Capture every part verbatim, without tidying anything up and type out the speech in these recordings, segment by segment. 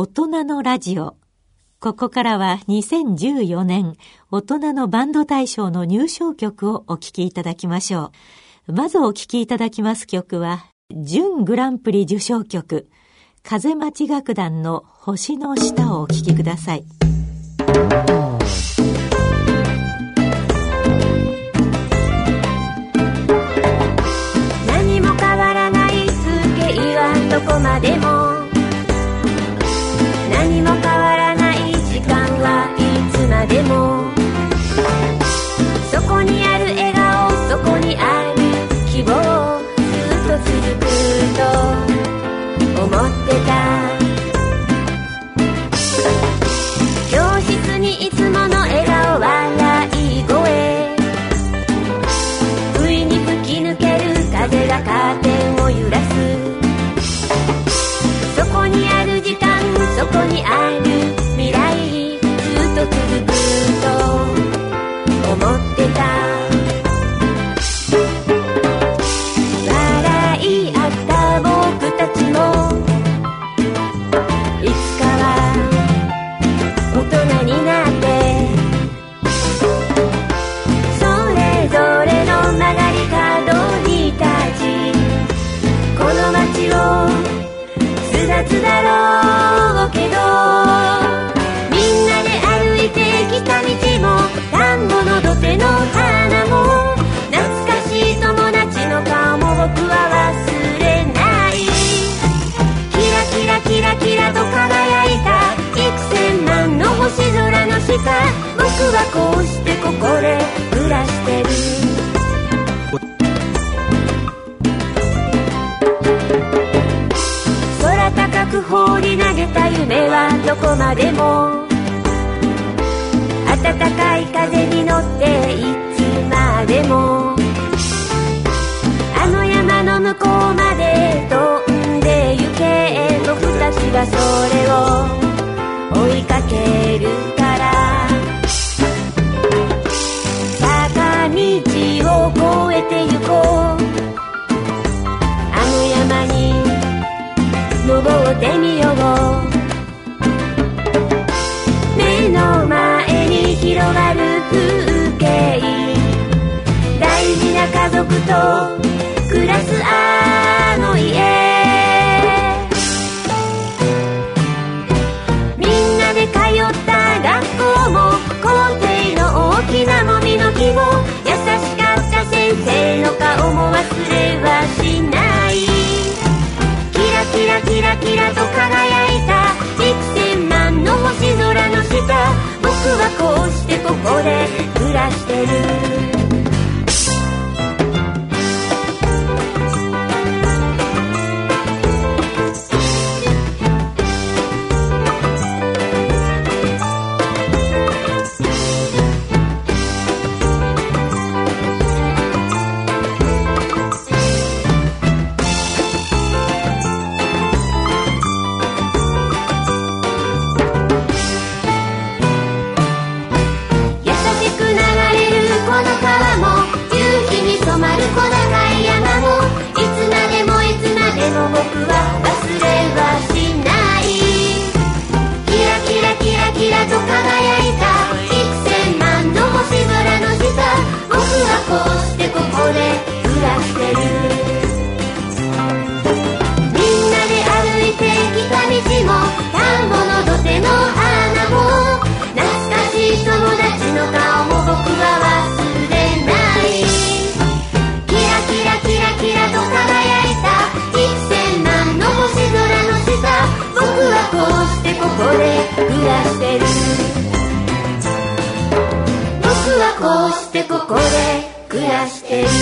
大人のラジオ。ここからはにせんじゅうよねん大人のバンド大賞の入賞曲をお聴きいただきましょう。まずお聴きいただきます曲は準グランプリ受賞曲、風待ち楽団の星の下をお聴きください。 何も変わらない風景はどこまでも、何も変わらない時間はいつまでも、そこにある笑顔、そこにある希望、ずっと続くと思ってた。教室にいつもの笑顔、笑い声、不意に吹き抜ける風がカーテンを揺らす。そこにある時間、そこにある未来、ずっと続くと思ってた。笑い合った僕たちもいつかは大人になって、それぞれの曲がり角に立ち、この街を巣立つだろうけど、みんなで歩いてきた道も、田んぼの土手の花も、懐かしい友達の顔も僕は忘れない。キラキラキラキラと輝いた幾千万の星空の下、僕はこうしてここで暮らしてる。空高く放り投げた夢はどこまでも、暖かい風に乗っていつまでも、あの山の向こうまで飛んで行け、僕たちはそれを追いかけるから。坂道を越えて行こう、あの山に登ってみよう。目の前に広がる風景、大事な家族と暮らすあの家、みんなで通った学校も、校庭の大きなもみの木も、優しかった先生の顔も忘れはしない。キラキラキラキラと輝いた幾千万の星空の下、僕はこうしてここで暮らしてる。こうしてここで暮らしてる。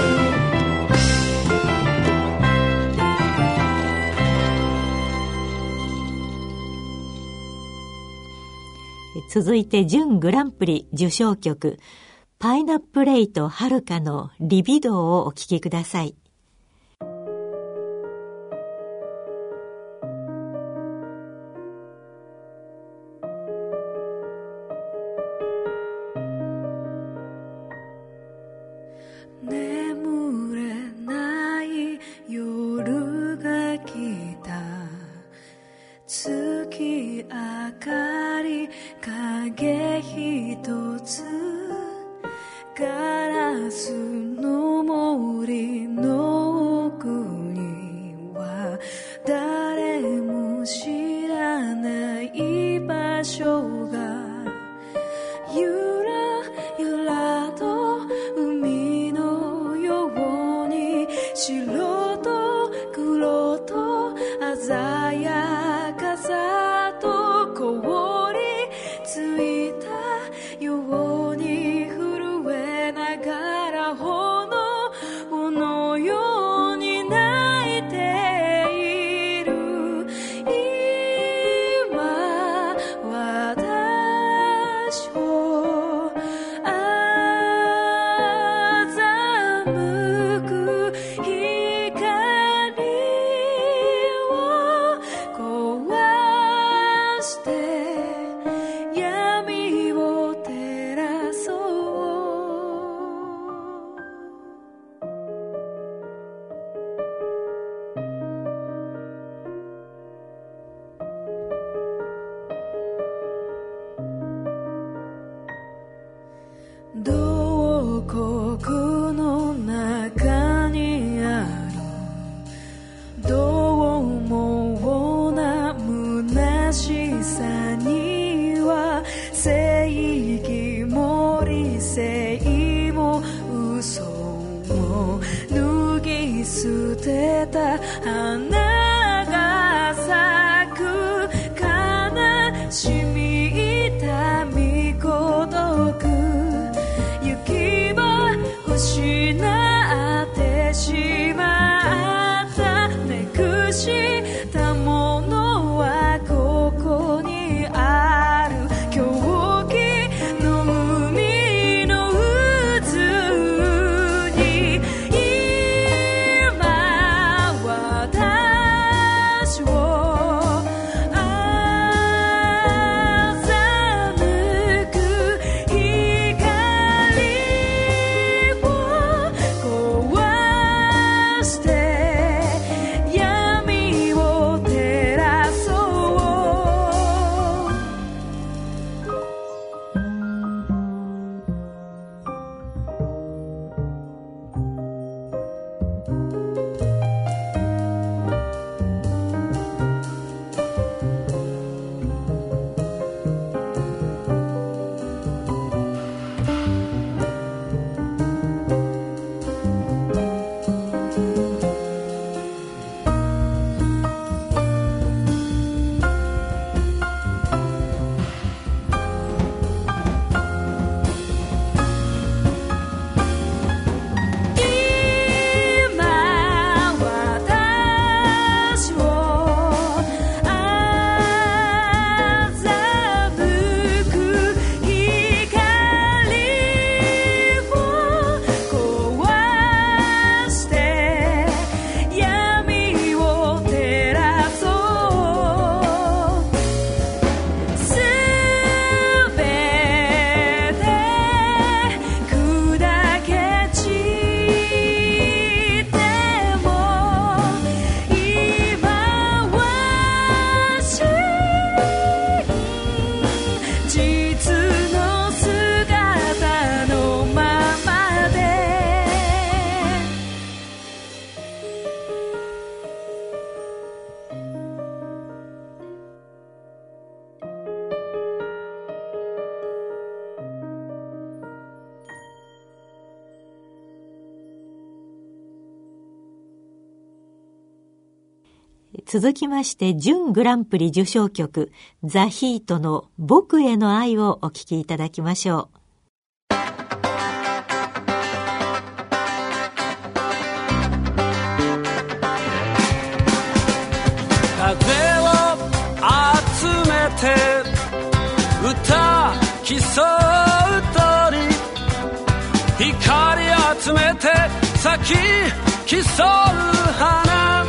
続いて準グランプリ受賞曲、パイナップレイとはるかのリビドーをお聴きください。 眠れない夜が来た。 月明かり影ひとつガラスの森の奥には誰も知らない場所がゆらゆらと海のように白と黒と鮮やかさと凍りついたように震えながら炎のように泣いている今私を欺く光を壊して闇を照らそう洞窟の中にあるどう猛な虚しさには正義も理性も嘘も脱ぎ捨てた花が咲く悲しみ痛み孤独行き場失ってしまっためくしたものはここにある狂気の海の渦に今私を欺く光を壊して闇を照らそう今私を欺く光を壊して闇を照らそうすべて砕け散っても今は真実の姿のままで続きまして準グランプリ受賞曲ザ・ヒートの僕への愛をお聴きいただきましょう。 風を集めて歌競う鳥光集めて咲き競う花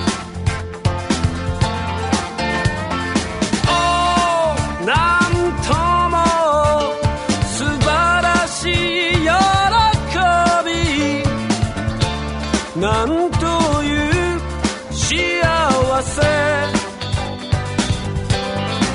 おなんとも素晴らしい喜びなんという幸せ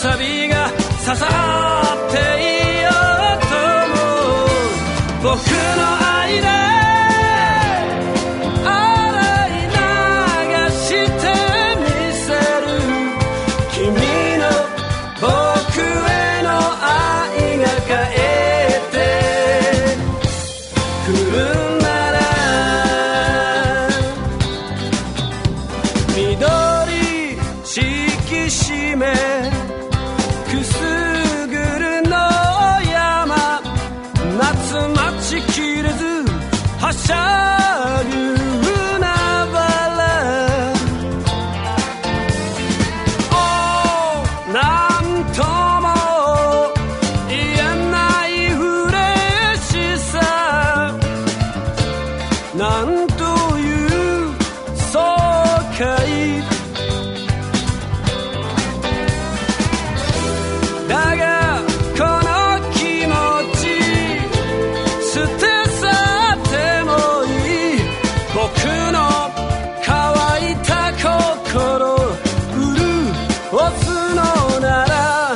さびが刺さっていようとも僕の愛で洗い流してみせる君の僕への愛が帰ってくるなら緑敷き締めくすぐるの山夏待ちきれずはしゃぐ海原おなんとも言えない嬉しさなんという爽快だがこの気持ち捨て去ってもいい僕の乾いた心潤すのなら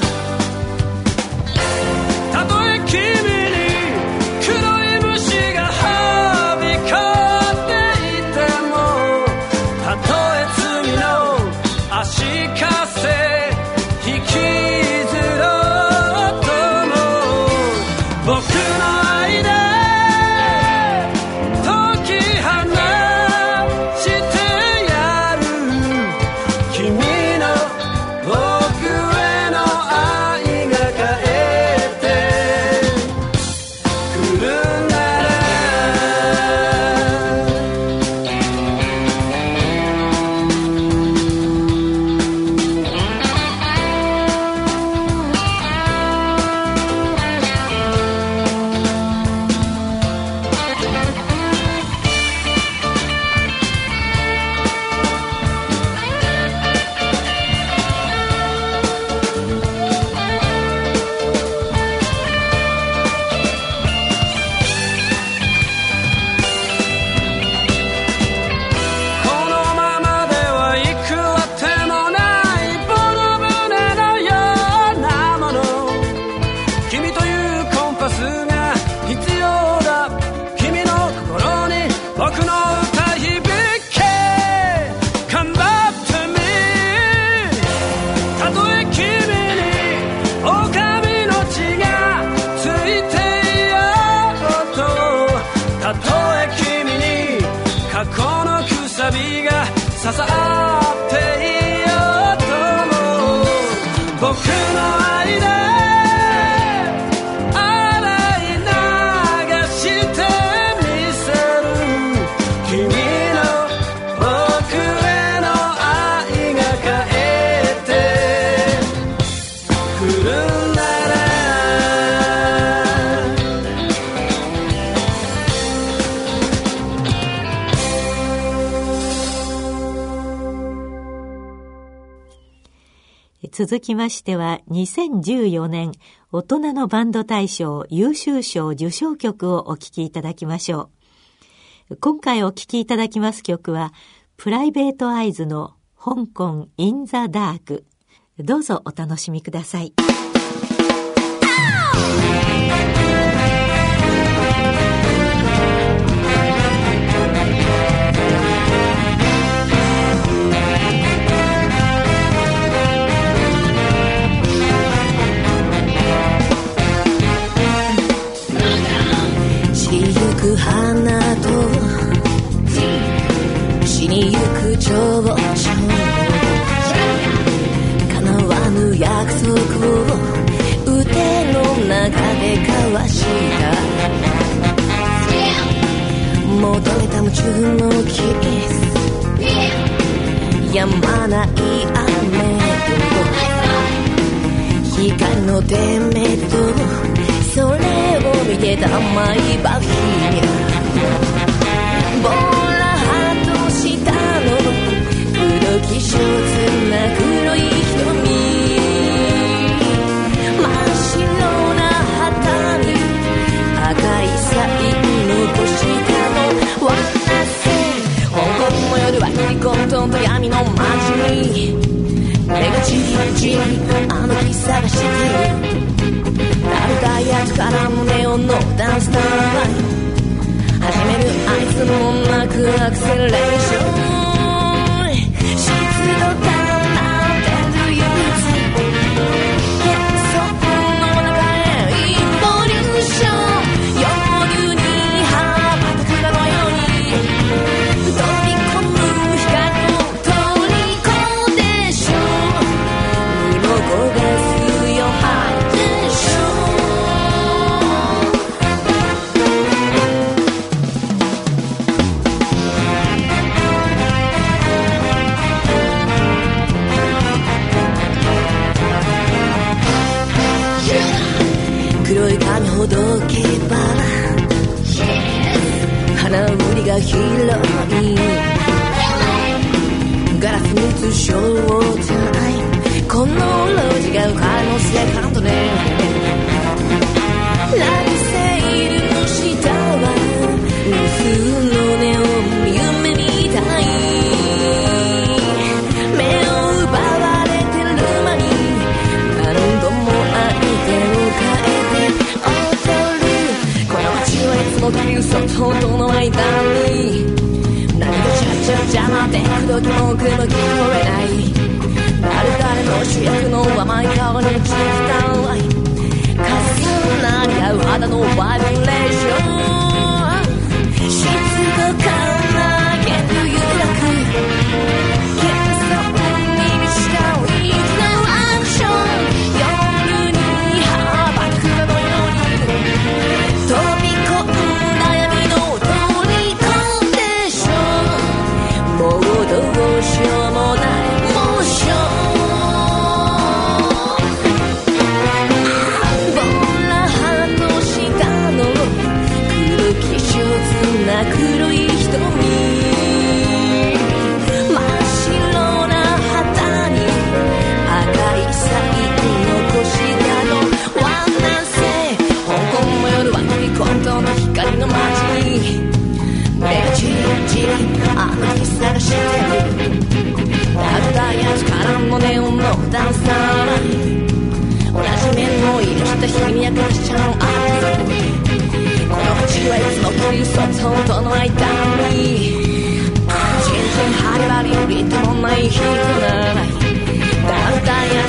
たとえ君に黒い虫がはびこっていてもたとえ罪の足かせ引きずろうとも僕の愛で解き放してやる君の僕への愛が帰ってくるならこのままではいくら手もないボロ船のようなもの君というコンパスが必要だ君の心に僕の歌響け頑張ってみたとえ君に狼の血がついていようとたとえ君に過去のくさびが刺さっていようとも僕の愛で洗い流してみせる君の僕への愛が帰ってくるなら続きましてはにせんじゅうよねん大人のバンド大賞優秀賞受賞曲をお聴きいただきましょう。今回お聴きいただきます曲はプライベートアイズの香港インザダーク。どうぞお楽しみください。 散りゆく花と死にゆく情緒叶わぬ約束を腕の中で交わした求めた夢中のキス止まない雨と光の点滅とそれを見てたマイバヒニャボーラハート下の黒きショーツな黒い瞳真っ白な旗に赤いサイン残したのワンナセン香港の夜は混沌と闇の街に目がじりじりあのキスアクセレーション湿度感なんてる唯一喧騒の中へイボリューション夜に羽ばたくかのように飛び込む光の虜でしょう身も焦がすよハイテンション黒い髪ほどけば花売りが広いガラスにつショータイムこの路地が浮かれのセカンドねラブセイルの下は無数のネオン夢みたい目を奪われてる間に何度も相手を変えて踊るこの街はいつもという外との間に何かちゃちゃ邪魔で口説き文句も聞こえない誰々の主役の甘い顔に散った愛重なり合う肌のバイブレーション湿度感なげる揺らく幻想に満ちたウィークのアクション夜に羽ばたくかのように飛び込んだ闇の虜でしょうもうどうしようもないモーション黒い瞳真っ白な旗に赤いサイン残したのワンナンセ香港の夜は飛び込んだの光の街に目がチリチリあの日探してるラブダイヤ力のネオンのダンサー同じ面の色した日に焼け出しちゃうアイドルこの街はいつもという外との間に全然ハリバリリともない人ならないダウンダイヤ